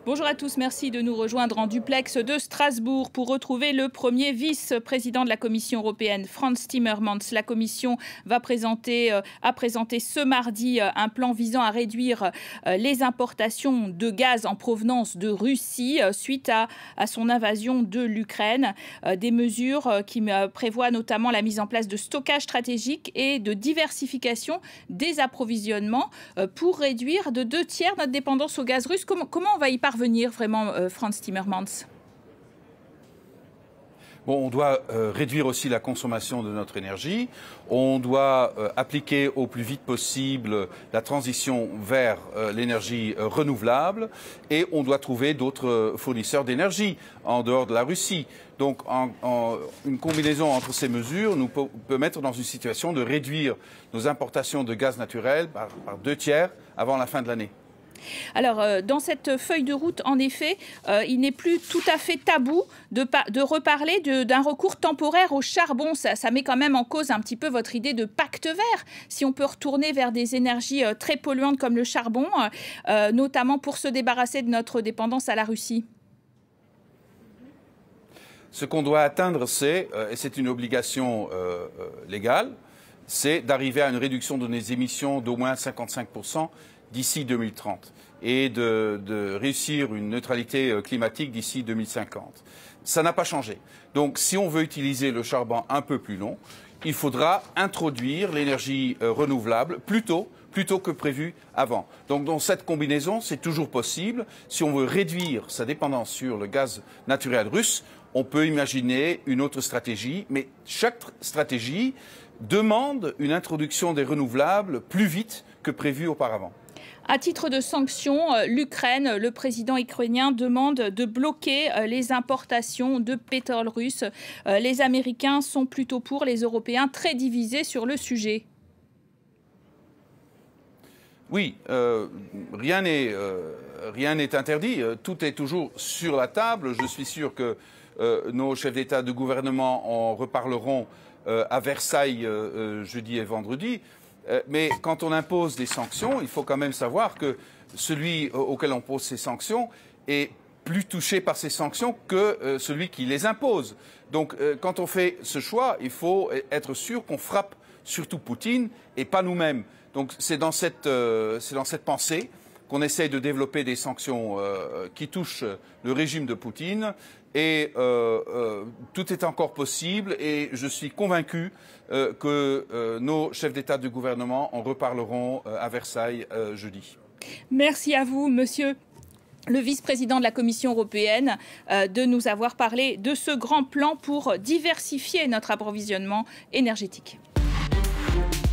Bonjour à tous, merci de nous rejoindre en duplex de Strasbourg pour retrouver le premier vice-président de la Commission européenne, Frans Timmermans. La Commission a présenté ce mardi un plan visant à réduire les importations de gaz en provenance de Russie suite à son invasion de l'Ukraine. Des mesures qui prévoient notamment la mise en place de stockage stratégique et de diversification des approvisionnements pour réduire de 2/3 notre dépendance au gaz russe. Comment on va y parvenir vraiment, Frans Timmermans? Bon, on doit réduire aussi la consommation de notre énergie. On doit appliquer au plus vite possible la transition vers l'énergie renouvelable et on doit trouver d'autres fournisseurs d'énergie en dehors de la Russie. Donc, une combinaison entre ces mesures nous peut mettre dans une situation de réduire nos importations de gaz naturel par 2/3 avant la fin de l'année. Alors, dans cette feuille de route, en effet, il n'est plus tout à fait tabou de reparler d'un recours temporaire au charbon. Ça met quand même en cause un petit peu votre idée de pacte vert. Si on peut retourner vers des énergies très polluantes comme le charbon, notamment pour se débarrasser de notre dépendance à la Russie. Ce qu'on doit atteindre, et c'est une obligation légale, c'est d'arriver à une réduction de nos émissions d'au moins 55% d'ici 2030 et de réussir une neutralité climatique d'ici 2050. Ça n'a pas changé. Donc, si on veut utiliser le charbon un peu plus long, il faudra introduire l'énergie renouvelable plus tôt que prévu avant. Donc, dans cette combinaison, c'est toujours possible. Si on veut réduire sa dépendance sur le gaz naturel russe, on peut imaginer une autre stratégie, mais chaque stratégie demande une introduction des renouvelables plus vite que prévu auparavant. À titre de sanction, l'Ukraine, le président ukrainien demande de bloquer les importations de pétrole russe. Les Américains sont plutôt pour, les Européens très divisés sur le sujet. Oui, rien n'est interdit, tout est toujours sur la table. Je suis sûr que nos chefs d'État de gouvernement en reparleront à Versailles jeudi et vendredi. Mais quand on impose des sanctions, il faut quand même savoir que celui auquel on pose ces sanctions est plus touché par ces sanctions que celui qui les impose. Donc quand on fait ce choix, il faut être sûr qu'on frappe surtout Poutine et pas nous-mêmes. Donc c'est dans cette pensée qu'on essaye de développer des sanctions qui touchent le régime de Poutine. Et tout est encore possible et je suis convaincu que nos chefs d'État de gouvernement en reparleront à Versailles jeudi. Merci à vous, monsieur le vice-président de la Commission européenne, de nous avoir parlé de ce grand plan pour diversifier notre approvisionnement énergétique.